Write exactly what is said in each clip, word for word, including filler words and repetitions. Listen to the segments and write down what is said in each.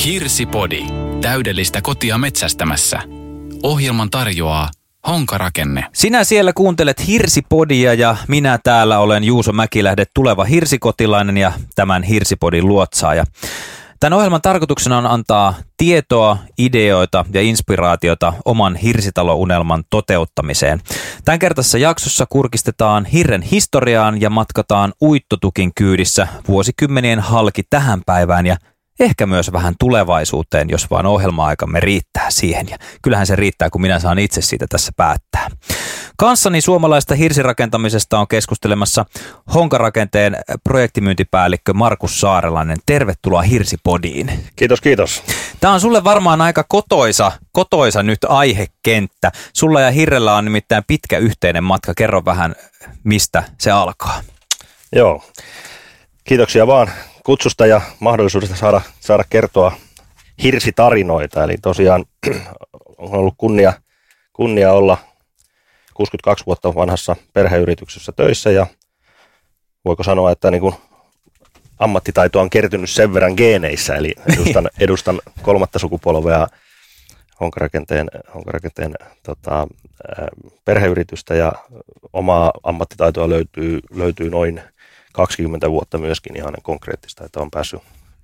Hirsipodi. Täydellistä kotia metsästämässä. Ohjelman tarjoaa Honkarakenne. Sinä siellä kuuntelet Hirsipodia ja minä täällä olen Juuso Mäkilähde, tuleva hirsikotilainen ja tämän Hirsipodin luotsaaja. Tämän ohjelman tarkoituksena on antaa tietoa, ideoita ja inspiraatiota oman hirsitalounelman toteuttamiseen. Tämän kertaisessa jaksossa kurkistetaan hirren historiaan ja matkataan uittotukin kyydissä vuosikymmenien halki tähän päivään ja ehkä myös vähän tulevaisuuteen, jos vaan ohjelma-aikamme riittää siihen. Ja kyllähän se riittää, kun minä saan itse siitä tässä päättää. Kanssani suomalaista hirsirakentamisesta on keskustelemassa Honkarakenteen projektimyyntipäällikkö Markus Saarelainen. Tervetuloa Hirsipodiin. Kiitos, kiitos. Tämä on sulle varmaan aika kotoisa, kotoisa nyt aihekenttä. Sulla ja hirrellä on nimittäin pitkä yhteinen matka. Kerro vähän, mistä se alkaa. Joo, kiitoksia vaan kutsusta ja mahdollisuudesta saada, saada kertoa hirsitarinoita. Eli tosiaan on ollut kunnia, kunnia olla kuusikymmentäkaksi vuotta vanhassa perheyrityksessä töissä ja voiko sanoa, että niin kuin ammattitaito on kertynyt sen verran geeneissä, eli edustan, edustan kolmatta sukupolvea Honkarakenteen, Honkarakenteen tota, perheyritystä ja omaa ammattitaitoa löytyy, löytyy noin kaksikymmentä vuotta myöskin ihan konkreettista, että on päässyt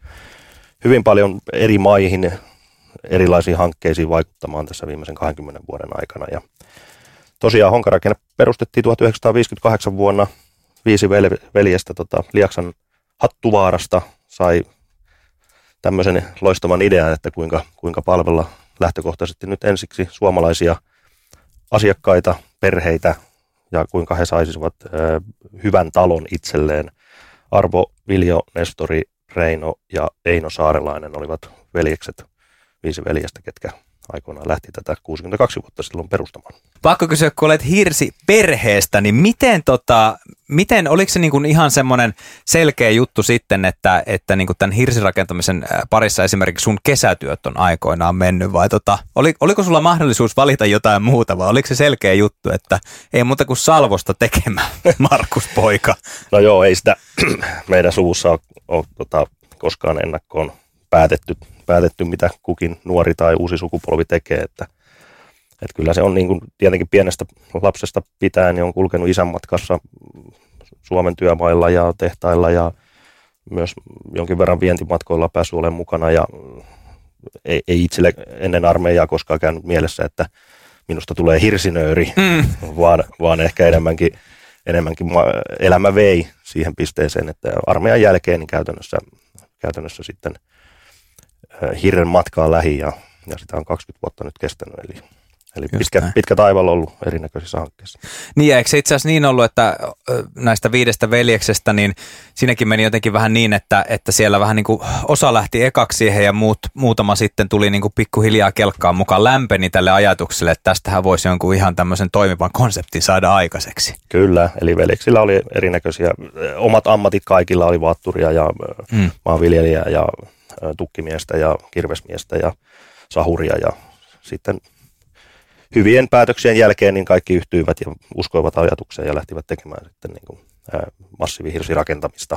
hyvin paljon eri maihin, erilaisiin hankkeisiin vaikuttamaan tässä viimeisen kahdenkymmenen vuoden aikana. Ja tosiaan Honkarakenne perustettiin tuhatyhdeksänsataaviisikymmentäkahdeksan vuonna, viisi veljestä tota, Lieksan Hattuvaarasta sai tämmöisen loistavan idean, että kuinka, kuinka palvella lähtökohtaisesti nyt ensiksi suomalaisia asiakkaita, perheitä, ja kuinka he saisivat ö, hyvän talon itselleen. Arvo, Viljo, Nestori, Reino ja Eino Saarelainen olivat veljekset, viisi veljestä, ketkä aikoinaan lähti tätä kuusikymmentäkaksi vuotta silloin perustamaan. Pakko kysyä, kun olet hirsi perheestä, niin miten, tota, miten oliko se niin kuin ihan semmoinen selkeä juttu sitten, että, että niin kuin tämän hirsirakentamisen parissa esimerkiksi sun kesätyöt on aikoinaan mennyt, vai tota, oli, oliko sulla mahdollisuus valita jotain muuta, vai oliko se selkeä juttu, että ei muuta kuin Salvosta tekemään, Markus poika? No joo, ei sitä meidän suvussa ole, ole tota, koskaan ennakkoon päätetty, päätetty, mitä kukin nuori tai uusi sukupolvi tekee, että, että kyllä se on niin kuin tietenkin pienestä lapsesta pitäen, niin on kulkenut isän matkassa Suomen työmailla ja tehtailla ja myös jonkin verran vientimatkoilla päässyt olemaan mukana ja ei, ei itselle ennen armeijaa koskaan käynyt mielessä, että minusta tulee hirsinööri, mm. vaan, vaan ehkä enemmänkin, enemmänkin elämä vei siihen pisteeseen, että armeijan jälkeen niin käytännössä, käytännössä sitten hirren matkaa lähi ja, ja sitä on kaksikymmentä vuotta nyt kestänyt, eli, eli pitkä, pitkä taival ollut erinäköisissä hankkeissa. Niin ja eikö se itse asiassa niin ollut, että näistä viidestä veljeksestä, niin siinäkin meni jotenkin vähän niin, että, että siellä vähän niin kuin osa lähti ekaksi siihen ja muut, muutama sitten tuli niin kuin pikkuhiljaa kelkkaan mukaan, lämpeni tälle ajatukselle, että tästähän voisi jonkun ihan tämmöisen toimivan konseptin saada aikaiseksi. Kyllä, eli veljeksillä oli erinäköisiä, omat ammatit kaikilla oli vaatturia ja mm. maanviljelijä ja tukkimiestä ja kirvesmiestä ja sahuria ja sitten hyvien päätöksien jälkeen niin kaikki yhtyivät ja uskoivat ajatukseen ja lähtivät tekemään sitten niin kuin massiivihirsirakentamista.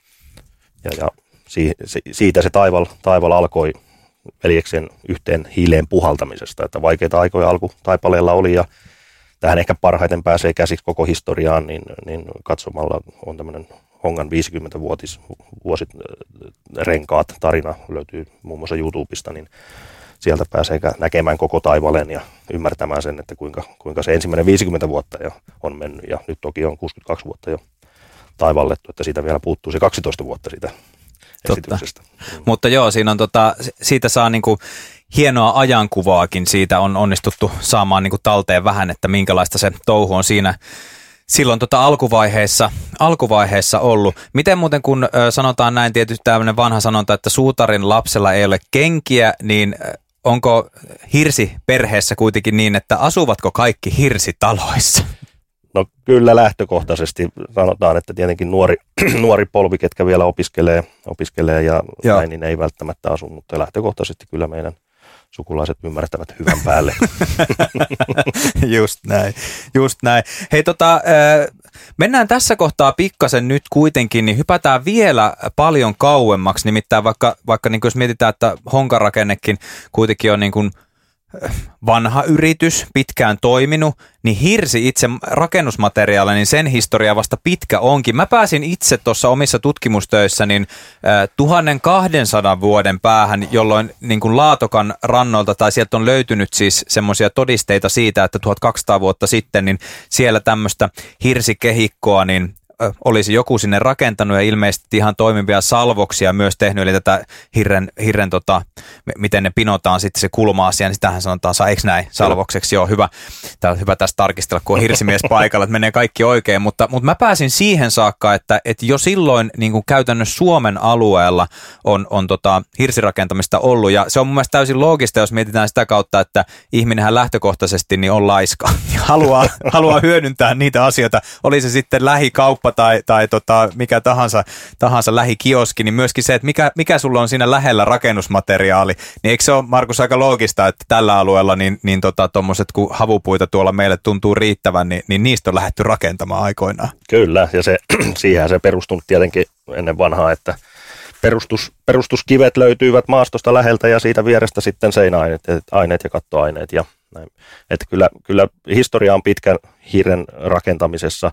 Ja, ja siitä se taival, taival alkoi veljeksen yhteen hiileen puhaltamisesta, että vaikeita aikoja alkutaipaleella oli ja tähän ehkä parhaiten pääsee käsiksi koko historiaan, niin, niin katsomalla on tämmöinen Hongan viisikymmentävuotis vuosit renkaat tarina löytyy muun muassa YouTubesta, niin sieltä pääsee näkemään koko taivaleen ja ymmärtämään sen, että kuinka, kuinka se ensimmäinen viisikymmentä vuotta jo on mennyt ja nyt toki on kuusikymmentäkaksi vuotta jo taivallettu, että siitä vielä puuttuu se kaksitoista vuotta siitä esityksestä. Mm. Mutta joo, siinä on tota, siitä saa niinku hienoa ajankuvaakin, siitä on onnistuttu saamaan niinku talteen vähän, että minkälaista se touhu on siinä silloin tota alkuvaiheessa, alkuvaiheessa ollut. Miten muuten kun ö, sanotaan näin, tietysti tämmöinen vanha sanonta, että suutarin lapsella ei ole kenkiä, niin onko hirsi perheessä kuitenkin niin, että asuvatko kaikki hirsitaloissa? No kyllä lähtökohtaisesti sanotaan, että tietenkin nuori, nuori polvi, ketkä vielä opiskelee, opiskelee ja näin, niin ei välttämättä asu, mutta lähtökohtaisesti kyllä meidän sukulaiset ymmärtävät hyvän päälle. Just näin, just näin. Hei tota, mennään tässä kohtaa pikkasen nyt kuitenkin, niin hypätään vielä paljon kauemmaksi, nimittäin vaikka, vaikka niin kuin jos mietitään, että Honkarakennekin kuitenkin on niin kuin vanha yritys, pitkään toiminut, niin hirsi itse rakennusmateriaali, niin sen historia vasta pitkä onkin. Mä pääsin itse tuossa omissa tutkimustöissä niin äh, tuhatkaksisataa vuoden päähän, jolloin niin kuin Laatokan rannoilta, tai sieltä on löytynyt siis semmoisia todisteita siitä, että tuhatkaksisataa vuotta sitten, niin siellä tämmöistä hirsikehikkoa, niin olisi joku sinne rakentanut ja ilmeisesti ihan toimivia salvoksia myös tehnyt, eli tätä hirren, hirren tota, miten ne pinotaan sitten se kulma-asia, niin sitähän sanotaan, eikö näin, salvokseksi, joo, hyvä. Tämä on hyvä tässä tarkistella, kun on hirsimies paikalla, että menee kaikki oikein, mutta, mutta mä pääsin siihen saakka, että, että jo silloin niin kuin käytännössä Suomen alueella on, on tota, hirsirakentamista ollut, ja se on mun mielestä täysin loogista, jos mietitään sitä kautta, että ihminenhän lähtökohtaisesti niin on laiska, ja haluaa, haluaa hyödyntää niitä asioita, oli se sitten lähikauppa, tai, tai tota, mikä tahansa, tahansa lähikioski, niin myöskin se, että mikä, mikä sulla on siinä lähellä rakennusmateriaali, niin eikö se ole, Markus, aika loogista, että tällä alueella niin, niin tota, tommoset, kun havupuita tuolla meille tuntuu riittävän, niin, niin niistä on lähdetty rakentamaan aikoinaan. Kyllä, ja se, siihen se perustunut tietenkin ennen vanhaa, että perustus, perustuskivet löytyivät maastosta läheltä ja siitä vierestä sitten seinäaineet aineet ja kattoaineet. Ja näin. Että kyllä, kyllä historia on pitkä hirren rakentamisessa.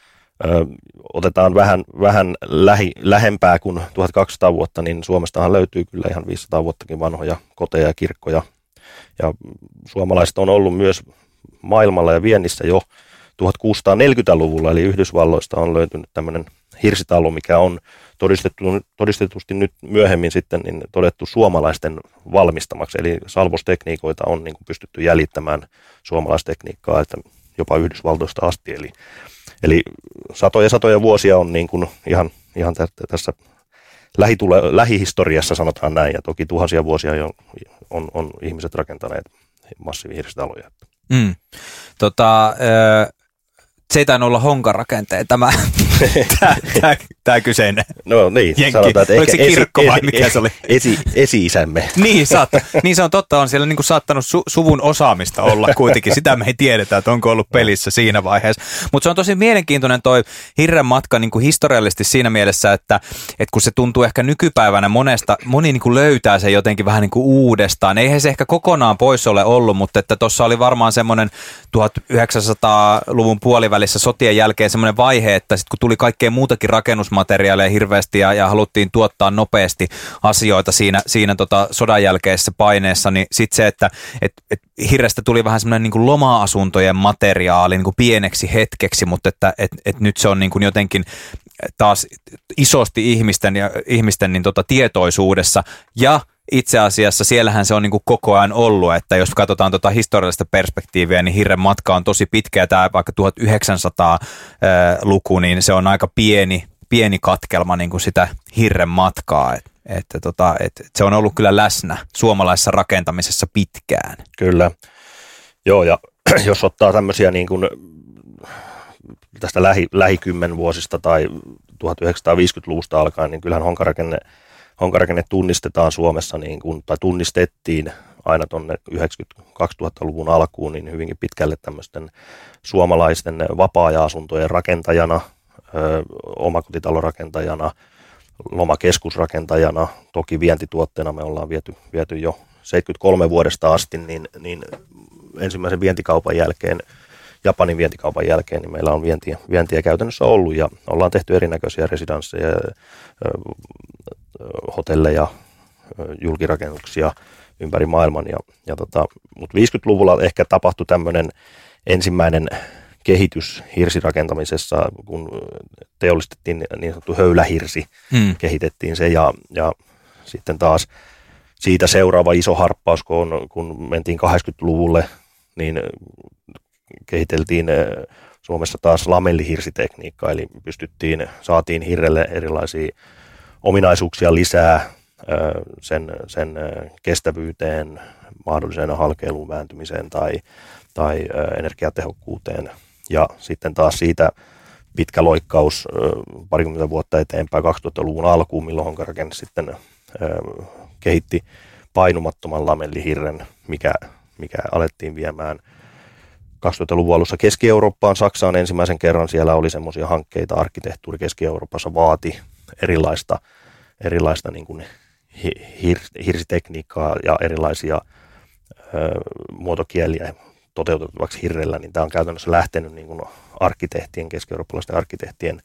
Ö, otetaan vähän, vähän lähi, lähempää kuin tuhatkaksisataa vuotta, niin Suomestahan löytyy kyllä ihan viisisataa vuottakin vanhoja koteja ja kirkkoja. Ja suomalaiset on ollut myös maailmalla ja viennissä jo tuhatkuusisataaneljäkymmentäluvulla, eli Yhdysvalloista on löytynyt tämmöinen hirsitalo, mikä on todistettu, todistetusti nyt myöhemmin sitten niin todettu suomalaisten valmistamaksi. Eli salvostekniikoita on niin kuin pystytty jäljittämään suomalaistekniikkaa, että jopa Yhdysvaltoista asti. Eli, eli satoja satoja vuosia on niin kuin ihan, ihan tässä lähitule, lähihistoriassa sanotaan näin, ja toki tuhansia vuosia jo on, on ihmiset rakentaneet massiivisia hirsitaloja. Mm. Tota, äh... Se ei tainnut olla Honkarakenteen tämä, tämä, tämä, tämä kyseinen no niin, jenki. Sanotaan, että oliko se kirkko esi, vai mikä se oli? Esi, esi-isämme. niin, saatta, niin se on totta, on siellä niin kuin saattanut su, suvun osaamista olla kuitenkin. Sitä me ei tiedetä, että onko ollut pelissä siinä vaiheessa. Mutta se on tosi mielenkiintoinen toi hirren matka niin kuin historiallisesti siinä mielessä, että, että kun se tuntuu ehkä nykypäivänä monesta, moni niin kuin löytää sen jotenkin vähän niin kuin uudestaan. Eihän se ehkä kokonaan pois ole ollut, mutta että tuossa oli varmaan semmoinen tuhatyhdeksänsataaluvun puolivälissä sotien jälkeen semmoinen vaihe, että sitten kun tuli kaikkea muutakin rakennusmateriaaleja hirveästi ja, ja haluttiin tuottaa nopeasti asioita siinä, siinä tota sodan jälkeisessä paineessa, niin sitten se, että et, et hirrestä tuli vähän semmoinen niin kuin loma-asuntojen materiaali niin kuin pieneksi hetkeksi, mutta että et, et nyt se on niin kuin jotenkin taas isosti ihmisten, ja, ihmisten niin tota tietoisuudessa, ja itse asiassa siellähän se on niin kuin koko ajan ollut, että jos katsotaan tuota historiallista perspektiiviä, niin hirren matka on tosi pitkä, ja tämä vaikka tuhatyhdeksänsataa-luku, niin se on aika pieni, pieni katkelma niin kuin sitä hirren matkaa, että että tota, et se on ollut kyllä läsnä suomalaisessa rakentamisessa pitkään. Kyllä, joo, ja jos ottaa tämmöisiä niin kuin tästä lähi, lähikymmenvuosista tai tuhatyhdeksänsataaviisikymmentäluvusta alkaen, niin kyllähän Honkarakenne Honkarakenne tunnistetaan Suomessa, niin kuin, tai tunnistettiin aina tuonne yhdeksänkymmentä-kaksituhattaluvun alkuun, niin hyvinkin pitkälle tämmöisten suomalaisten vapaa-ajan-asuntojen rakentajana, ö, omakotitalorakentajana, lomakeskusrakentajana, toki vientituotteena me ollaan viety, viety jo seitsemänkymmentäkolme vuodesta asti, niin, niin ensimmäisen vientikaupan jälkeen, Japanin vientikaupan jälkeen, niin meillä on vientiä, vientiä käytännössä ollut, ja ollaan tehty erinäköisiä residansseja, hotelleja, julkirakennuksia ympäri maailman. Ja, ja tota, mutta viisikymmentäluvulla ehkä tapahtui tämmöinen ensimmäinen kehitys hirsirakentamisessa, kun teollistettiin niin sanottu höylähirsi, hmm. kehitettiin se, ja, ja sitten taas siitä seuraava iso harppaus, kun, kun mentiin kahdeksankymmentäluvulle, niin kehiteltiin Suomessa taas lamellihirsitekniikkaa, eli pystyttiin, saatiin hirrelle erilaisia ominaisuuksia lisää sen, sen kestävyyteen, mahdolliseen halkeiluun vääntymiseen tai, tai energiatehokkuuteen. Ja sitten taas siitä pitkä loikkaus parikymmentä vuotta eteenpäin kaksituhattaluvun alkuun, milloin Honkarakenne sitten kehitti painumattoman lamellihirren, mikä, mikä alettiin viemään kaksituhattaluvun alussa Keski-Eurooppaan, Saksaan ensimmäisen kerran. Siellä oli semmoisia hankkeita, arkkitehtuuri Keski-Euroopassa vaati erilaista, erilaista niin kuin hir, hirsitekniikkaa ja erilaisia ö, muotokieliä toteutettavaksi hirrellä, niin tämä on käytännössä lähtenyt niin kuin arkkitehtien, keski-eurooppalaisten arkkitehtien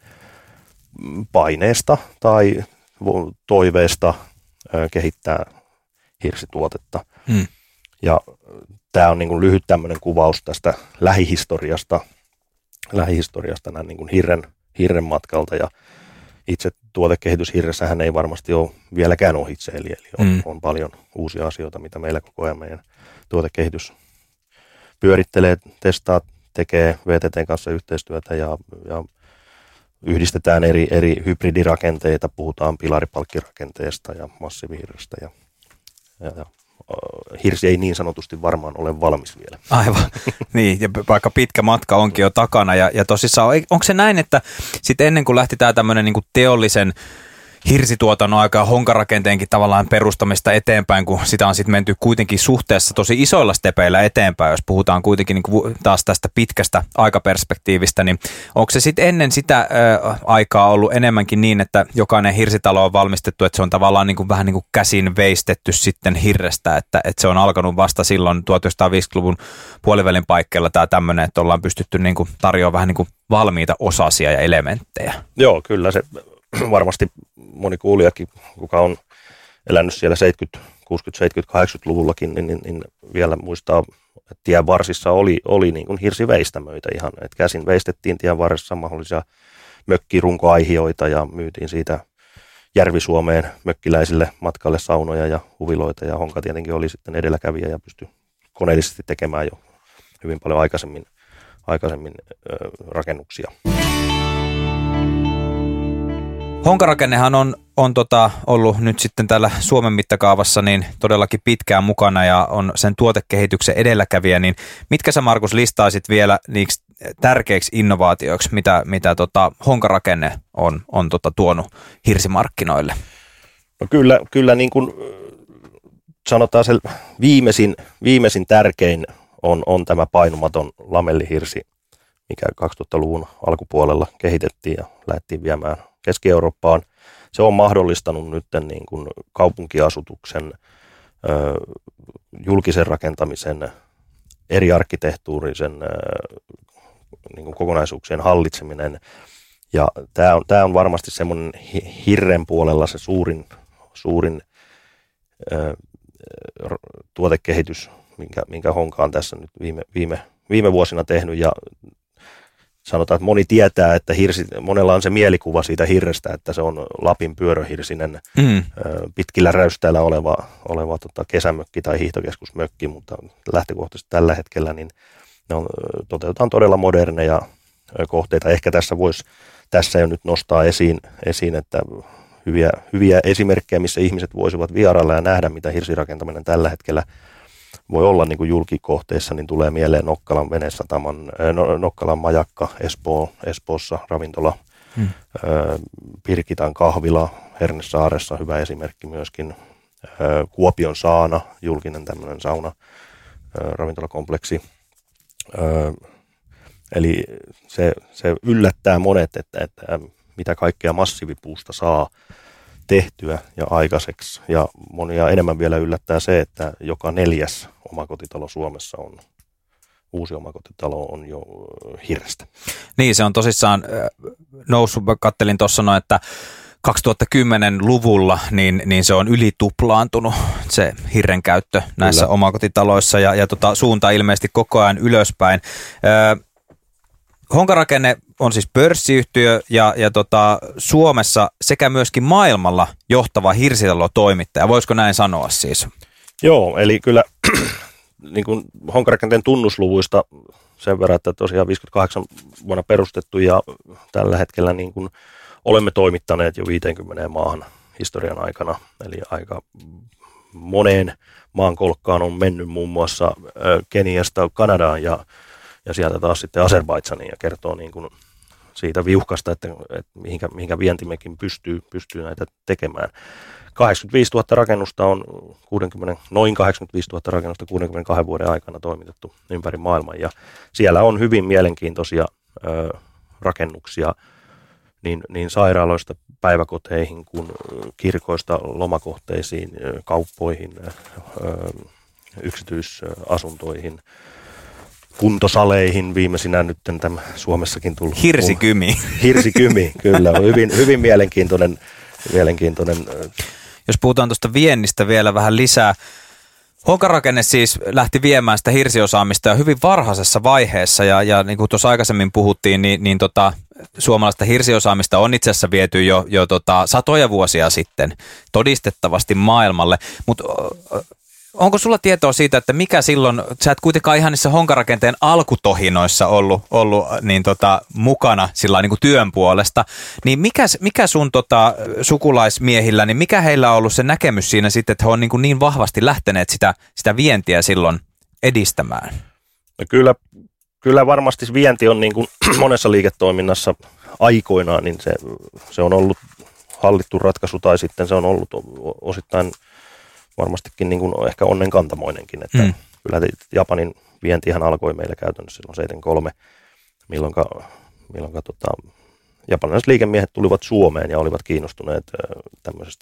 paineesta tai toiveesta ö, kehittää hirsituotetta. Hmm. Ja tämä on niin kuin lyhyt tämmöinen kuvaus tästä lähihistoriasta, lähihistoriasta näin niin kuin hirren, hirren matkalta, ja itse tuotekehitys hirressähän ei varmasti ole vieläkään ohitse, eli on, mm. on paljon uusia asioita, mitä meillä koko ajan meidän tuotekehitys pyörittelee, testaa, tekee V T T:n kanssa yhteistyötä ja, ja yhdistetään eri, eri hybridirakenteita, puhutaan pilaripalkkirakenteesta ja massiivihirrestä ja, ja, ja hirsi ei niin sanotusti varmaan ole valmis vielä. Aivan, niin, ja vaikka pitkä matka onkin jo takana, ja, ja tosissaan, onko se näin, että sitten ennen kuin lähti tämä tämmöinen niin kuin teollisen hirsituotannon aikaa honkarakenteenkin tavallaan perustamista eteenpäin, kun sitä on sitten menty kuitenkin suhteessa tosi isoilla stepeillä eteenpäin, jos puhutaan kuitenkin niin kuin taas tästä pitkästä aikaperspektiivistä, niin onko se sitten ennen sitä ö, aikaa ollut enemmänkin niin, että jokainen hirsitalo on valmistettu, että se on tavallaan niin kuin, vähän niin kuin käsin veistetty sitten hirrestä, että, että se on alkanut vasta silloin tuhatyhdeksänsataaviisikymmentäluvun puolivälin paikkeilla tämä tämmöinen, että ollaan pystytty niin kuin tarjoamaan vähän niin kuin valmiita osasia ja elementtejä. Joo, kyllä se varmasti moni kuulijakin, kuka on elänyt siellä seitsemänkymmentä, kuusikymmentä, seitsemänkymmentä, kahdeksankymmentäluvullakin, niin, niin, niin vielä muistaa, että tien varsissa oli, oli niin kuin hirsiveistämöitä ihan, että käsin veistettiin tien varsissa mahdollisia mökkirunkoaihioita ja myytiin siitä Järvi-Suomeen mökkiläisille matkalle saunoja ja huviloita, ja Honka tietenkin oli sitten edelläkävijä ja pystyi koneellisesti tekemään jo hyvin paljon aikaisemmin, aikaisemmin ö, rakennuksia. Honkarakennehan on, on tota ollut nyt sitten täällä Suomen mittakaavassa niin todellakin pitkään mukana ja on sen tuotekehityksen edelläkävijä, niin mitkä sä, Markus, listaisit vielä niiksi tärkeiksi innovaatioiksi, mitä, mitä tota Honkarakenne on, on tota tuonut hirsimarkkinoille? No kyllä, kyllä niin kuin sanotaan se viimeisin, viimeisin tärkein on, on tämä painumaton lamellihirsi, mikä kaksituhattaluvun alkupuolella kehitettiin ja lähdettiin viemään Keski-Eurooppaan. Se on mahdollistanut nyt niin kuin kaupunkiasutuksen, ö, julkisen rakentamisen, eri arkkitehtuurisen ö, niin kuin kokonaisuuksien hallitseminen. Ja tämä on, tämä on varmasti semmoinen hirren puolella se suurin, suurin ö, tuotekehitys, minkä, minkä Honka on tässä nyt viime, viime, viime vuosina tehnyt. Ja sanotaan, että moni tietää, että hirsi, monella on se mielikuva siitä hirrestä, että se on Lapin pyöröhirsinen mm. pitkillä räystäillä oleva, oleva tota, kesämökki tai hiihtokeskusmökki, mutta lähtökohtaisesti tällä hetkellä niin ne on, toteutetaan todella moderneja kohteita. Ehkä tässä voisi tässä jo nyt nostaa esiin, esiin että hyviä, hyviä esimerkkejä, missä ihmiset voisivat vierailla ja nähdä, mitä hirsirakentaminen tällä hetkellä voi olla niin kuin julkikohteissa, niin tulee mieleen Nokkalan venesataman, no, Nokkalan majakka Espoo, Espoossa, ravintola, hmm. Pirkitan kahvila, Hernesaaressa hyvä esimerkki myöskin, Kuopion saana, julkinen tämmöinen sauna, ravintolakompleksi. Eli se, se yllättää monet, että, että mitä kaikkea massiivipuusta saa tehtyä ja aikaiseksi. Ja monia enemmän vielä yllättää se, että joka neljäs omakotitalo Suomessa on, uusi omakotitalo on jo hirrestä. Niin, se on tosissaan noussut, kattelin tuossa noin, että kaksituhattakymmenluvulla niin, niin se on yli tuplaantunut se hirren käyttö näissä Kyllä. omakotitaloissa ja, ja tota, suunta ilmeisesti koko ajan ylöspäin. Ö, Honkarakenne on siis pörssiyhtiö ja, ja tota, Suomessa sekä myöskin maailmalla johtava hirsitalotoimittaja. Voisiko näin sanoa siis? Joo, eli kyllä niin kuin Honkarakenteen tunnusluvuista sen verran, että tosiaan viisikymmentäkahdeksan vuonna perustettu ja tällä hetkellä niin kuin olemme toimittaneet jo viiteenkymmeneen maahan historian aikana. Eli aika moneen maankolkkaan on mennyt muun muassa Keniasta Kanadaan ja Ja sieltä taas sitten Azerbaidžaniin ja kertoo niin kuin siitä viuhkasta, että, että mihinkä, mihinkä vientimekin pystyy, pystyy näitä tekemään. kahdeksankymmentäviisituhatta rakennusta on kuusikymmentä, noin kahdeksankymmentäviisituhatta rakennusta kuudenkymmenenkahden vuoden aikana toimitettu ympäri maailman, ja siellä on hyvin mielenkiintoisia ö, rakennuksia niin, niin sairaaloista päiväkoteihin kuin kirkoista lomakohteisiin, kauppoihin, ö, yksityisasuntoihin, kuntosaleihin, viimeisinä nyt tämä Suomessakin tullut. Hirsikymi. Hirsikymi, kyllä. Hyvin, hyvin mielenkiintoinen, mielenkiintoinen. Jos puhutaan tuosta viennistä vielä vähän lisää. Honkarakenne siis lähti viemään sitä hirsiosaamista jo hyvin varhaisessa vaiheessa, ja, ja niin kuin tuossa aikaisemmin puhuttiin, niin, niin tota, suomalaista hirsiosaamista on itse asiassa viety jo, jo tota, satoja vuosia sitten todistettavasti maailmalle, mutta onko sulla tietoa siitä, että mikä silloin, sä et kuitenkaan ihan niissä honkarakenteen alkutohinoissa ollut, ollut niin tota, mukana sillä niin kuin työn puolesta, niin mikä, mikä sun tota, sukulaismiehillä, niin mikä heillä on ollut se näkemys siinä sitten, että he on niin, kuin niin vahvasti lähteneet sitä, sitä vientiä silloin edistämään? No kyllä, kyllä varmasti vienti on niin kuin monessa liiketoiminnassa aikoinaan, niin se, se on ollut hallittu ratkaisu tai sitten se on ollut osittain varmastikin niin kuin ehkä onnenkantamoinenkin, että mm. kyllä Japanin vientihän alkoi meillä käytännössä silloin seitsemänkymmentäkolme, milloin, milloin tota, japanilaiset liikemiehet tulivat Suomeen ja olivat kiinnostuneet tämmöisestä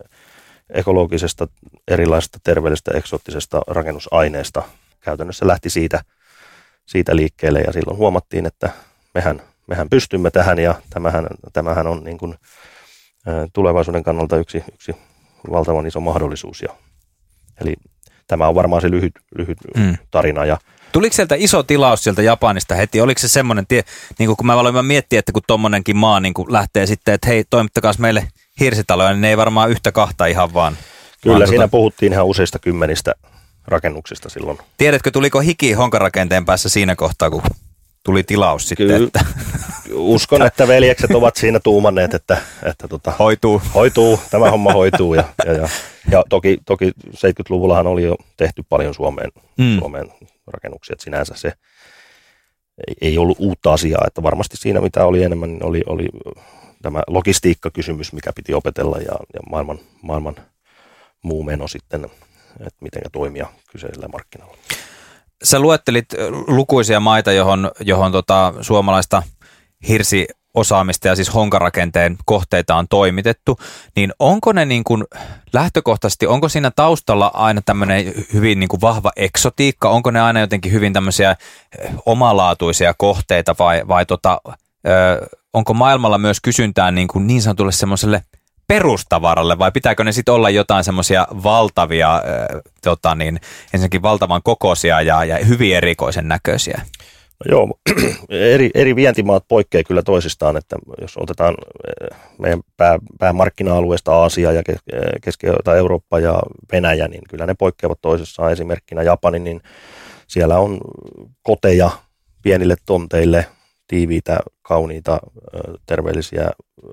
ekologisesta, erilaisesta, terveellisestä, eksoottisesta rakennusaineesta. Käytännössä lähti siitä, siitä liikkeelle, ja silloin huomattiin, että mehän, mehän pystymme tähän, ja tämähän, tämähän on niin kuin tulevaisuuden kannalta yksi, yksi valtavan iso mahdollisuus. Ja, eli tämä on varmaan se lyhyt, lyhyt mm. tarina. Ja tuliko sieltä iso tilaus sieltä Japanista heti? Oliko se semmoinen, tie, niin kun mä aloin miettiä, että kun tommonenkin maa niin kun lähtee sitten, että hei, toimittakaa meille hirsitaloja, niin ne ei varmaan yhtä kahta ihan vaan. Kyllä, vaan siinä tuota puhuttiin ihan useista kymmenistä rakennuksista silloin. Tiedätkö, tuliko hiki honkarakenteen päässä siinä kohtaa, kun tuli tilaus sitten? Kyllä, että uskon, että veljekset ovat siinä tuumanneet, että, että tota, hoituu. hoituu, tämä homma hoituu. Ja, ja, ja, ja toki, toki seitsemänkymmentäluvullahan oli jo tehty paljon Suomeen, mm. Suomeen rakennuksia, että sinänsä se ei, ei ollut uutta asiaa, että varmasti siinä mitä oli enemmän, niin oli, oli tämä logistiikkakysymys, mikä piti opetella, ja, ja maailman, maailman muu meno sitten, että miten toimia kyseisellä markkinalla. Sä luettelit lukuisia maita, johon, johon tota suomalaista hirsiosaamista ja siis honkarakenteen kohteita on toimitettu, niin onko ne niin kuin lähtökohtaisesti, onko siinä taustalla aina tämmöinen hyvin niin kuin vahva eksotiikka, onko ne aina jotenkin hyvin tämmöisiä omalaatuisia kohteita vai, vai tota, ö, onko maailmalla myös kysyntää niin, kuin niin sanotulle semmoiselle perustavaralle, vai pitääkö ne sitten olla jotain semmoisia valtavia, äh, tota niin, ensinnäkin valtavan kokoisia ja, ja hyvin erikoisen näköisiä? No joo, eri, eri vientimaat poikkeaa kyllä toisistaan, että jos otetaan meidän pää, päämarkkina-alueesta Aasia ja Keski- tai Eurooppa ja Venäjä, niin kyllä ne poikkeavat toisissaan. Esimerkkinä Japani, niin siellä on koteja pienille tonteille, tiiviitä, kauniita, terveellisiä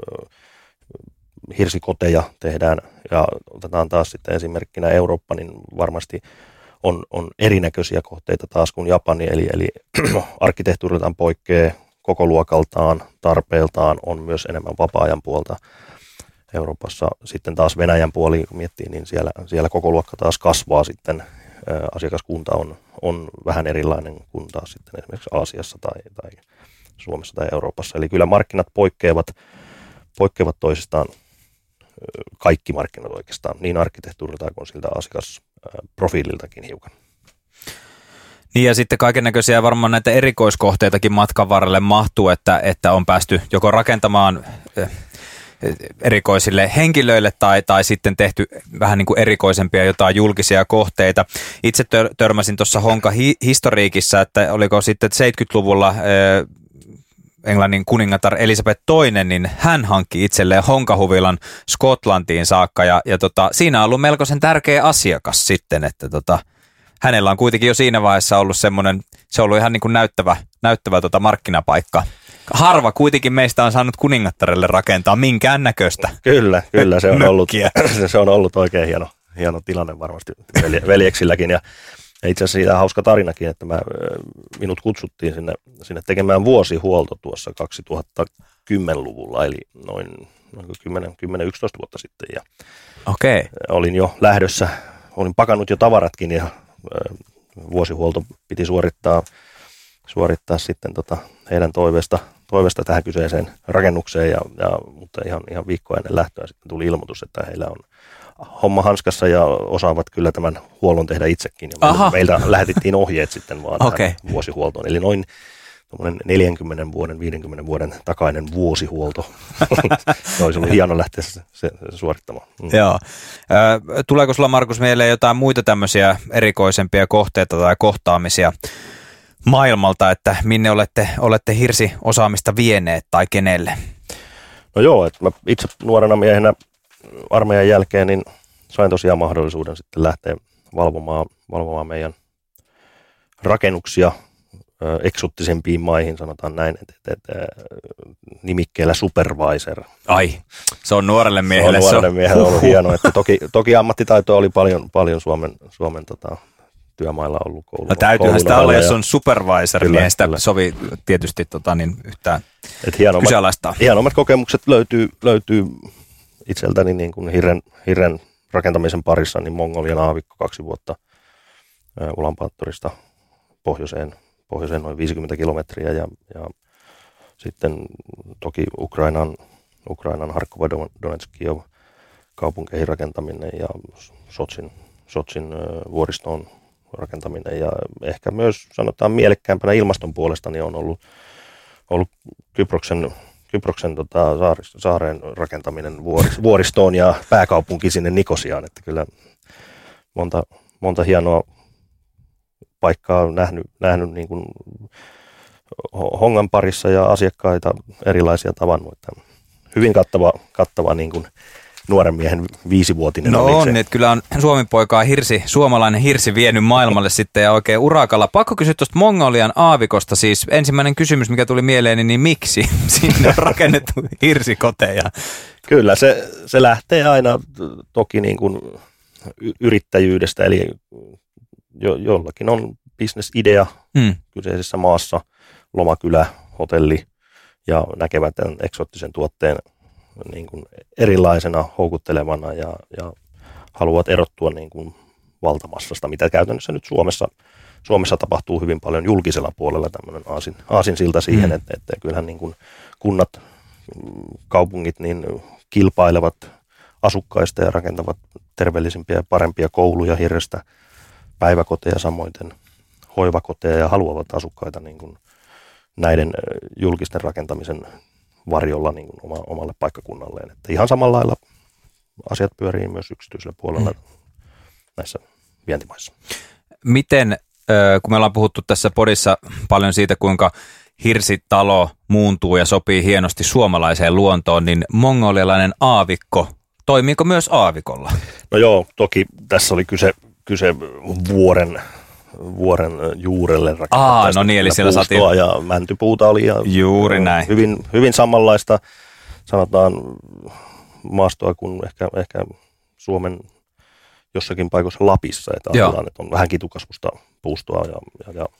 hirsikoteja tehdään, ja otetaan taas sitten esimerkkinä Eurooppa, niin varmasti on, on erinäköisiä kohteita taas kuin Japani, eli, eli arkkitehtuuriltaan poikkeaa koko luokaltaan, tarpeeltaan, on myös enemmän vapaa-ajan puolta. Euroopassa sitten taas Venäjän puoli, kun miettii, niin siellä, siellä koko luokka taas kasvaa sitten, ä, asiakaskunta on, on vähän erilainen kuin taas sitten esimerkiksi Aasiassa tai, tai Suomessa tai Euroopassa, eli kyllä markkinat poikkeavat, poikkeavat toisistaan, kaikki markkinat oikeastaan, niin arkkitehtuurilta kuin siltä asiakasprofiililtakin hiukan. Niin ja sitten kaikennäköisiä varmaan näitä erikoiskohteitakin matkan varrelle mahtuu, että, että on päästy joko rakentamaan erikoisille henkilöille tai, tai sitten tehty vähän niin kuin erikoisempia jotain julkisia kohteita. Itse tör- törmäsin tuossa Honka-historiikissa, että oliko sitten seitsemänkymmentäluvulla Englannin kuningatar Elisabeth toinen, niin hän hankki itselleen Honkahuvilan Skotlantiin saakka, ja, ja tota, siinä on ollut melkoisen tärkeä asiakas sitten, että tota, hänellä on kuitenkin jo siinä vaiheessa ollut semmoinen, se on ollut ihan niin kuin näyttävä, näyttävä tota markkinapaikka. Harva kuitenkin meistä on saanut kuningattarelle rakentaa minkään näköistä. Kyllä, kyllä se on, ollut, se on ollut oikein hieno, hieno tilanne varmasti veljeksilläkin, ja Ja itse asiassa siitä on hauska tarinakin, että mä, minut kutsuttiin sinne, sinne tekemään vuosihuolto tuossa kaksituhattakymmenluvulla, eli noin, noin kymmenen yksitoista vuotta sitten. Ja Okei. olin jo lähdössä, olin pakannut jo tavaratkin ja vuosihuolto piti suorittaa, suorittaa sitten tota heidän toiveesta, toiveesta tähän kyseiseen rakennukseen, ja, ja, mutta ihan, ihan viikkoa ennen lähtöä sitten tuli ilmoitus, että heillä on homma hanskassa ja osaavat kyllä tämän huollon tehdä itsekin. Ja meiltä, meiltä lähetettiin ohjeet sitten vaan okay. tähän vuosihuoltoon. Eli noin neljänkymmenen vuoden, viidenkymmenen vuoden takainen vuosihuolto. Olisi ollut hieno lähteä se, se, se suorittamaan. Mm. Joo. Tuleeko sulla, Markus, mieleen jotain muita tämmöisiä erikoisempia kohteita tai kohtaamisia maailmalta, että minne olette, olette hirsiosaamista vieneet tai kenelle? No joo, että mä itse nuorena miehenä armeijan jälkeen niin sain tosiaan mahdollisuuden sitten lähteä valvomaan, valvomaan meidän rakennuksia ö, eksottisempiin maihin, sanotaan näin, että et, et, nimikkeellä supervisor. Ai, se on nuorelle miehelle. Se on nuorelle miehelle ollut hienoa, että toki, toki ammattitaitoa oli paljon, paljon Suomen, Suomen tota, työmailla ollut koulun. No täytyyhän sitä olla, jos on supervisor, kyllä, niin sitä kyllä. sovi tietysti tota, niin yhtään hienommat, kyseenalaistaa. Hienommat kokemukset löytyy, löytyy itseltäni niin kuin hirren, hirren rakentamisen parissa, niin Mongolian aavikko kaksi vuotta Ulaanbaatorista pohjoiseen, pohjoiseen noin viisikymmentä kilometriä ja, ja sitten toki Ukrainan, Ukrainan Harkova-Donetskin kaupunkeihin rakentaminen ja Sotsin, Sotsin vuoristoon rakentaminen ja ehkä myös sanotaan mielekkäämpänä ilmaston puolesta niin on ollut, ollut Kyproksen Kyproksen tota, saaren rakentaminen vuoristoon ja pääkaupunki sinne Nikosiaan, että kyllä monta, monta hienoa paikkaa on nähnyt, nähnyt niin kuin hongan parissa ja asiakkaita erilaisia tavannut, että hyvin kattava, kattava niin kuin nuoren miehen viisivuotinen. No on, on että kyllä on Suomen poikaa hirsi, suomalainen hirsi vienyt maailmalle sitten ja oikein urakalla. Pakko kysyä tuosta Mongolian aavikosta, siis ensimmäinen kysymys, mikä tuli mieleeni, niin miksi sinne on rakennettu hirsikoteja? Kyllä, se, se lähtee aina toki niin kuin yrittäjyydestä, eli jo, jollakin on bisnesidea hmm. kyseisessä maassa, lomakylä, hotelli ja näkevät tämän eksoottisen tuotteen niin kuin erilaisena, houkuttelevana ja, ja haluavat erottua niin kuin valtamassasta, mitä käytännössä nyt Suomessa, Suomessa tapahtuu hyvin paljon julkisella puolella tämmöinen aasin, aasinsilta siihen, mm. että, että kyllähän niin kuin kunnat, kaupungit niin kilpailevat asukkaista ja rakentavat terveellisimpiä ja parempia kouluja hirrestä, päiväkoteja samoin hoivakoteja ja haluavat asukkaita niin kuin näiden julkisten rakentamisen varjolla niin kuin oma, omalle paikkakunnalleen. Että ihan samalla lailla asiat pyörii myös yksityisellä puolella mm. näissä vientimaissa. Miten, kun me ollaan puhuttu tässä podissa paljon siitä, kuinka hirsitalo muuntuu ja sopii hienosti suomalaiseen luontoon, niin mongolialainen aavikko, toimiiko myös aavikolla? No joo, toki tässä oli kyse, kyse vuoren vuoren juurelle rakentaa. No niin, eli siellä saatiin ja mäntypuuta oli ja juuri näin. Hyvin, hyvin samanlaista, sanotaan maastoa kuin ehkä, ehkä Suomen jossakin paikassa Lapissa, että ajatellaan, että on vähän kitukasvusta puustoa ja, ja, ja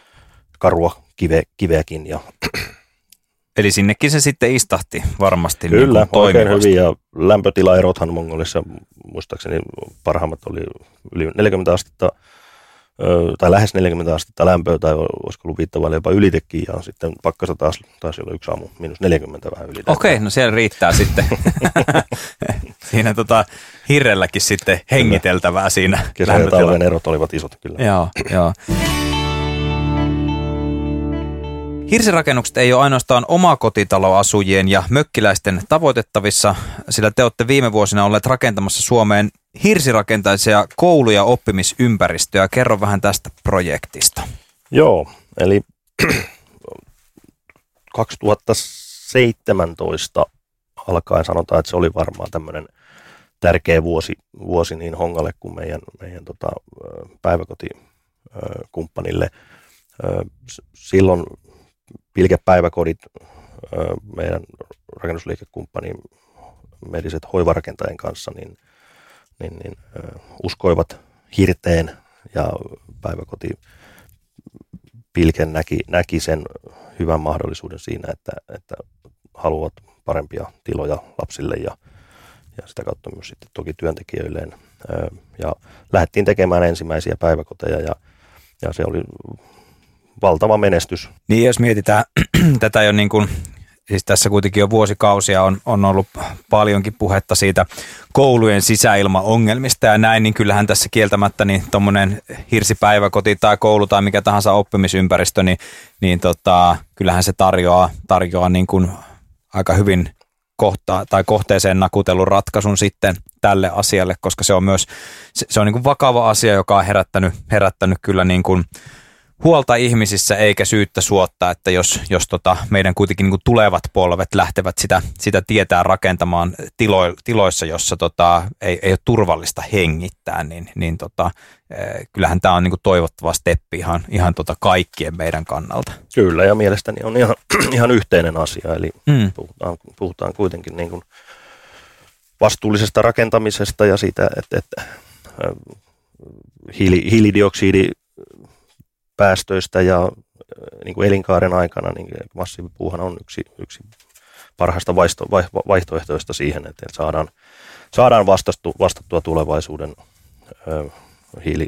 karua kive, kiveäkin. Ja eli sinnekin se sitten istahti varmasti. Kyllä, niin oikein hyvin ja lämpötilaerothan Mongolissa muistaakseni parhaimmat oli yli neljäkymmentä astetta tai lähes neljäkymmentä astetta lämpöä, tai olisiko ollut viittavalle jopa ylitekin, ja sitten pakkasta taas taisi olla yksi aamu miinus neljäkymmentä vähän ylitä. Okei, no siellä riittää sitten. Siinä tota hirrelläkin sitten hengiteltävää siinä. Kesä- ja talven erot olivat isot kyllä. Joo, joo. Hirsirakennukset ei ole ainoastaan omakotitaloasujien ja mökkiläisten tavoitettavissa, sillä te olette viime vuosina olleet rakentamassa Suomeen hirsirakentaisia koulu- ja oppimisympäristöjä. Kerro vähän tästä projektista. Joo, eli kaksituhattaseitsemäntoista alkaen sanotaan, että se oli varmaan tämmöinen tärkeä vuosi, vuosi niin Hongalle kuin meidän, meidän tota, päiväkotikumppanille. Silloin Pilke-päiväkodit, meidän rakennusliikekumppani Mediset hoivarakentajien kanssa, niin, niin, niin uskoivat hirteen ja päiväkoti Pilke näki, näki sen hyvän mahdollisuuden siinä, että, että haluavat parempia tiloja lapsille ja, ja sitä kautta myös sitten toki työntekijöilleen. Ja lähdettiin tekemään ensimmäisiä päiväkoteja ja, ja se oli valtava menestys. Niin, jos mietitään tätä jo niin kuin, siis tässä kuitenkin jo vuosikausia on, on ollut paljonkin puhetta siitä koulujen sisäilmaongelmista ja näin, niin kyllähän tässä kieltämättä niin tuommoinen hirsipäiväkoti tai koulu tai mikä tahansa oppimisympäristö, niin, niin tota, kyllähän se tarjoaa, tarjoaa niin kuin aika hyvin kohtaa, tai kohteeseen nakutellun ratkaisun sitten tälle asialle, koska se on myös se, se on niin kuin vakava asia, joka on herättänyt, herättänyt kyllä niin kuin huolta ihmisissä eikä syyttä suottaa, että jos, jos tota meidän kuitenkin niin kuin tulevat polvet lähtevät sitä, sitä tietää rakentamaan tilo, tiloissa, jossa tota ei, ei ole turvallista hengittää, niin, niin tota, kyllähän tämä on niin kuin toivottava steppi ihan, ihan tota kaikkien meidän kannalta. Kyllä, ja mielestäni on ihan, ihan yhteinen asia, eli mm. puhutaan, puhutaan kuitenkin niin kuin vastuullisesta rakentamisesta ja siitä, että, että hiili, hiilidioksidi päästöistä ja niin kuin elinkaaren aikana niin massiivipuuhan on yksi, yksi parhaista vaisto, vaihtoehtoista siihen, että saadaan, saadaan vastattu, vastattua tulevaisuuden ö, hiili,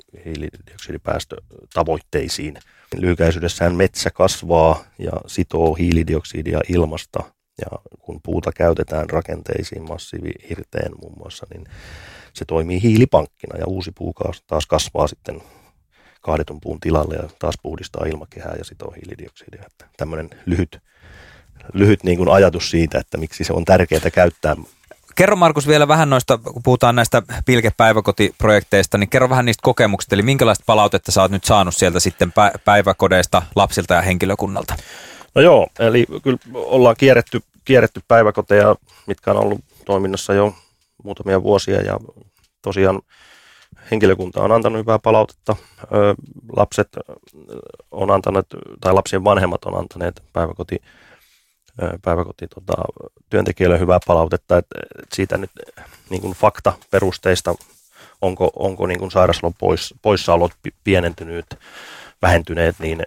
hiilidioksidipäästötavoitteisiin. Lyhykäisyydessään metsä kasvaa ja sitoo hiilidioksidia ilmasta ja kun puuta käytetään rakenteisiin massiivihirteen muun muassa, niin se toimii hiilipankkina ja uusi puu taas kasvaa sitten kaadetun puun tilalle ja taas puhdistaa ilmakehää ja sitoo hiilidioksidia. Että tämmöinen lyhyt, lyhyt niin kuin ajatus siitä, että miksi se on tärkeää käyttää. Kerro Markus vielä vähän noista, kun puhutaan näistä Pilke-päiväkotiprojekteista, niin kerro vähän niistä kokemuksista, eli minkälaista palautetta sä oot nyt saanut sieltä sitten päiväkodeista, lapsilta ja henkilökunnalta? No joo, eli kyllä ollaan kierretty, kierretty päiväkoteja, mitkä on ollut toiminnassa jo muutamia vuosia ja tosiaan henkilökunta on antanut hyvää palautetta, lapset on antanut, tai lapsien vanhemmat on antaneet päiväkoti, päiväkoti tota, työntekijöille hyvää palautetta, että siitä nyt niin kuin faktaperusteista, onko, onko niin kuin sairausalon pois, poissaolot pienentyneet, vähentyneet, niin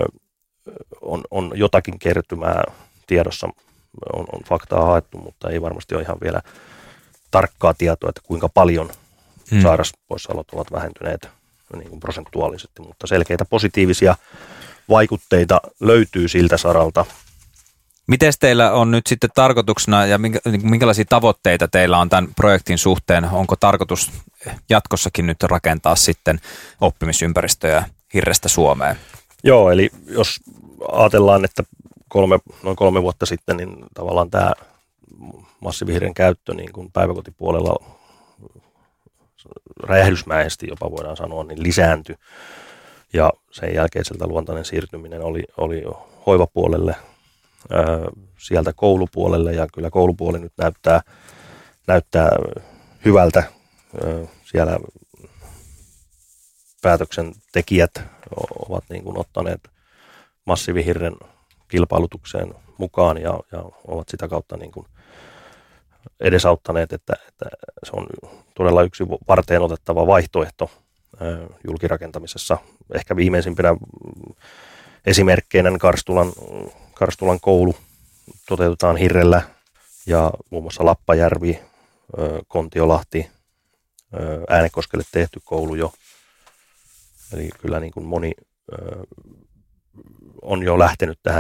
on, on jotakin kertymää tiedossa, on, on faktaa haettu, mutta ei varmasti ole ihan vielä tarkkaa tietoa, että kuinka paljon Hmm. sairauspoissaolot ovat vähentyneet niin kuin prosentuaalisesti, mutta selkeitä positiivisia vaikutteita löytyy siltä saralta. Miten teillä on nyt sitten tarkoituksena ja minkälaisia tavoitteita teillä on tämän projektin suhteen? Onko tarkoitus jatkossakin nyt rakentaa sitten oppimisympäristöjä Hirrestä Suomeen? Joo, eli jos ajatellaan, että kolme, noin kolme vuotta sitten, niin tavallaan tämä massiivihirren käyttö niin kuin päiväkotipuolella räjähdysmäisesti jopa voidaan sanoa, niin lisääntyi. Ja sen jälkeiseltä luontainen siirtyminen oli, oli hoivapuolelle, ää, sieltä koulupuolelle, ja kyllä koulupuoli nyt näyttää, näyttää hyvältä. Ää, siellä päätöksentekijät ovat niin kuin ottaneet massiivihirren kilpailutukseen mukaan ja, ja ovat sitä kautta niin kuin edesauttaneet, että, että se on todella yksi varteen otettava vaihtoehto julkirakentamisessa. Ehkä viimeisimpänä esimerkkeinä Karstulan, Karstulan koulu toteutetaan Hirrellä ja muun muassa Lappajärvi, Kontiolahti, Äänekoskelle tehty koulu jo. Eli kyllä niin kuin moni on jo lähtenyt tähän.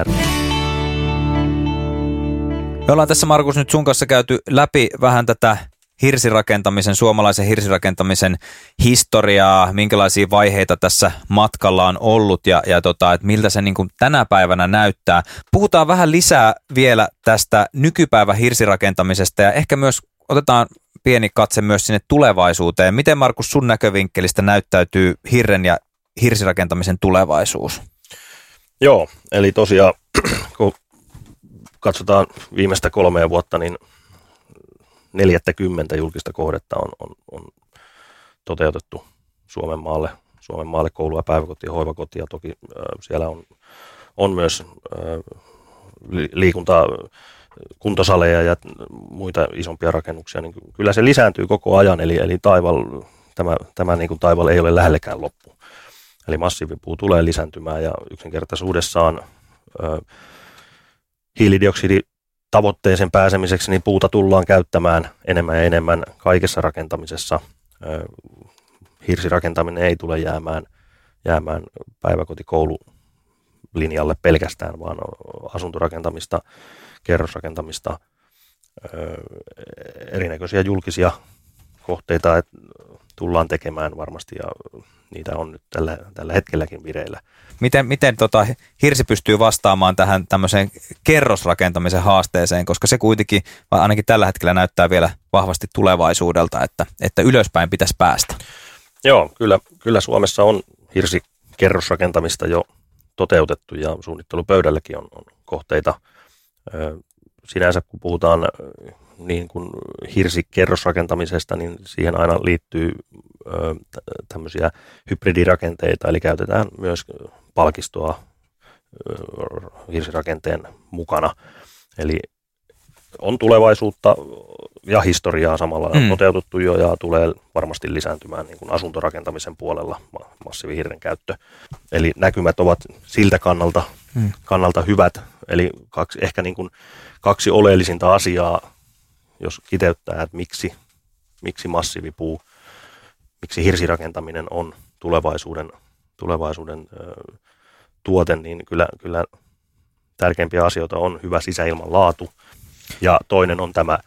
Me ollaan tässä, Markus, nyt sun kanssa käyty läpi vähän tätä hirsirakentamisen, suomalaisen hirsirakentamisen historiaa, minkälaisia vaiheita tässä matkalla on ollut ja, ja tota, että miltä se niin kuin tänä päivänä näyttää. Puhutaan vähän lisää vielä tästä nykypäivän hirsirakentamisesta ja ehkä myös otetaan pieni katse myös sinne tulevaisuuteen. Miten, Markus, sun näkövinkkelistä näyttäytyy hirren ja hirsirakentamisen tulevaisuus? Joo, eli tosiaan kun katsotaan viimeistä kolmea vuotta, niin neljäkymmentä julkista kohdetta on, on, on toteutettu Suomen maalle, Suomen maalle koulua, päiväkotia, hoivakotia. Toki äh, siellä on, on myös äh, liikuntaa, kuntosaleja ja muita isompia rakennuksia. Niin kyllä se lisääntyy koko ajan, eli, eli taival, tämä, tämä niin kuin taival ei ole lähellekään loppu. Eli massiivipuu tulee lisääntymään ja yksinkertaisuudessaan ö, hiilidioksiditavoitteeseen pääsemiseksi niin puuta tullaan käyttämään enemmän ja enemmän kaikessa rakentamisessa. Ö, hirsirakentaminen ei tule jäämään, jäämään päiväkotikoululinjalle pelkästään, vaan asuntorakentamista, kerrosrakentamista, ö, erinäköisiä julkisia kohteita että tullaan tekemään varmasti ja niitä on nyt tällä, tällä hetkelläkin vireillä. Miten, miten tota, hirsi pystyy vastaamaan tähän tämmöiseen kerrosrakentamisen haasteeseen, koska se kuitenkin ainakin tällä hetkellä näyttää vielä vahvasti tulevaisuudelta, että, että ylöspäin pitäisi päästä? Joo, kyllä, kyllä Suomessa on hirsikerrosrakentamista jo toteutettu ja suunnittelupöydälläkin on, on kohteita. Sinänsä kun puhutaan niin kuin hirsikerrosrakentamisesta, niin siihen aina liittyy ö, tämmöisiä hybridirakenteita, eli käytetään myös palkistoa ö, hirsirakenteen mukana. Eli on tulevaisuutta ja historiaa samalla mm. toteutettu jo ja tulee varmasti lisääntymään niin kuin asuntorakentamisen puolella massiivihirren käyttö. Eli näkymät ovat siltä kannalta, mm. kannalta hyvät, eli kaksi, ehkä niin kuin kaksi oleellisinta asiaa, jos kiteyttää, että miksi, miksi massiivipuu, miksi hirsirakentaminen on tulevaisuuden, tulevaisuuden ö, tuote, niin kyllä, kyllä tärkeimpiä asioita on hyvä sisäilman laatu ja toinen on tämä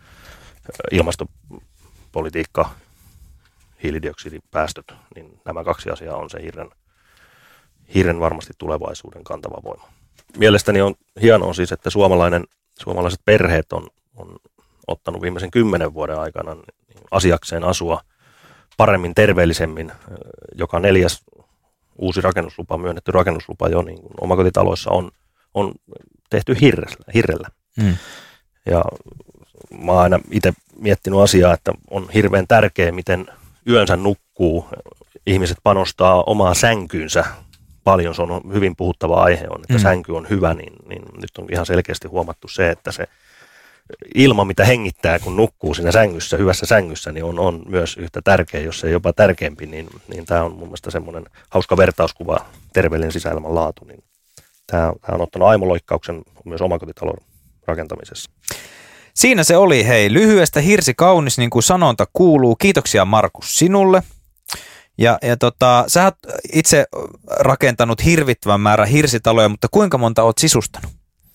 ilmastopolitiikka, hiilidioksidipäästöt, niin nämä kaksi asiaa on se hirren, hirren varmasti tulevaisuuden kantava voima. Mielestäni on hienoa siis, että suomalainen, suomalaiset perheet on, on ottanut viimeisen kymmenen vuoden aikana asiakseen asua paremmin, terveellisemmin. Joka neljäs uusi rakennuslupa, myönnetty rakennuslupa jo niin omakotitaloissa on, on tehty hirrellä. hirrellä. Mm. Ja mä oon aina itse miettinyt asiaa, että on hirveän tärkeää, miten yönsä nukkuu. Ihmiset panostaa omaa sänkyynsä paljon. Se on hyvin puhuttava aihe, on, että mm. sänky on hyvä, niin, niin nyt on ihan selkeästi huomattu se, että se ilma, mitä hengittää, kun nukkuu siinä sängyssä, hyvässä sängyssä, niin on, on myös yhtä tärkeä, jos ei jopa tärkeämpi, niin, niin tämä on mun mielestä semmoinen hauska vertauskuva, terveellinen sisäilman laatu. Niin tämä, tämä on ottanut aimoloikkauksen myös omakotitalon rakentamisessa. Siinä se oli, hei, lyhyestä hirsi kaunis, niin kuin sanonta kuuluu. Kiitoksia Markus sinulle. Ja, ja tota, sä oot itse rakentanut hirvittävän määrän hirsitaloja, mutta kuinka monta oot sisustanut?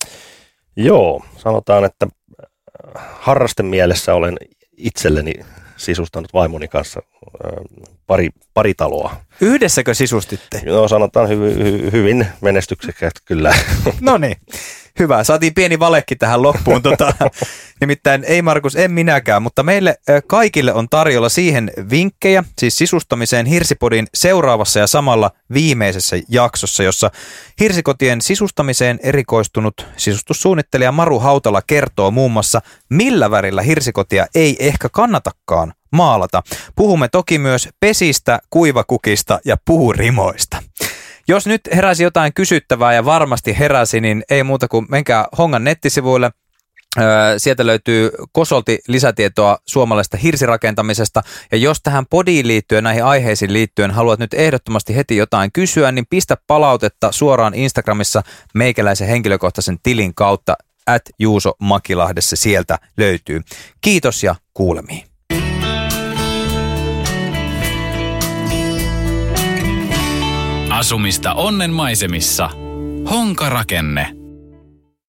Joo, sanotaan, että harrastemielessä olen itselleni sisustanut vaimoni kanssa pari, pari taloa. Yhdessäkö sisustitte? No sanotaan hy, hy, hyvin menestyksekkäästi kyllä. No niin, hyvä. Saatiin pieni valekki tähän loppuun. Tota, nimittäin ei Markus, en minäkään, mutta meille kaikille on tarjolla siihen vinkkejä, siis sisustamiseen Hirsipodin seuraavassa ja samalla viimeisessä jaksossa, jossa hirsikotien sisustamiseen erikoistunut sisustussuunnittelija Maru Hautala kertoo muun muassa, millä värillä hirsikotia ei ehkä kannatakaan maalata. Puhumme toki myös pesistä, kuivakukista ja puurimoista. Jos nyt heräsi jotain kysyttävää ja varmasti heräsi, niin ei muuta kuin menkää Hongan nettisivuille. Sieltä löytyy kosolti lisätietoa suomalaisesta hirsirakentamisesta. Ja jos tähän podiin liittyen, näihin aiheisiin liittyen haluat nyt ehdottomasti heti jotain kysyä, niin pistä palautetta suoraan Instagramissa meikäläisen henkilökohtaisen tilin kautta at Juuso Makilahde, se sieltä löytyy. Kiitos ja kuulemiin. Asumista onnen maisemissa. Honkarakenne.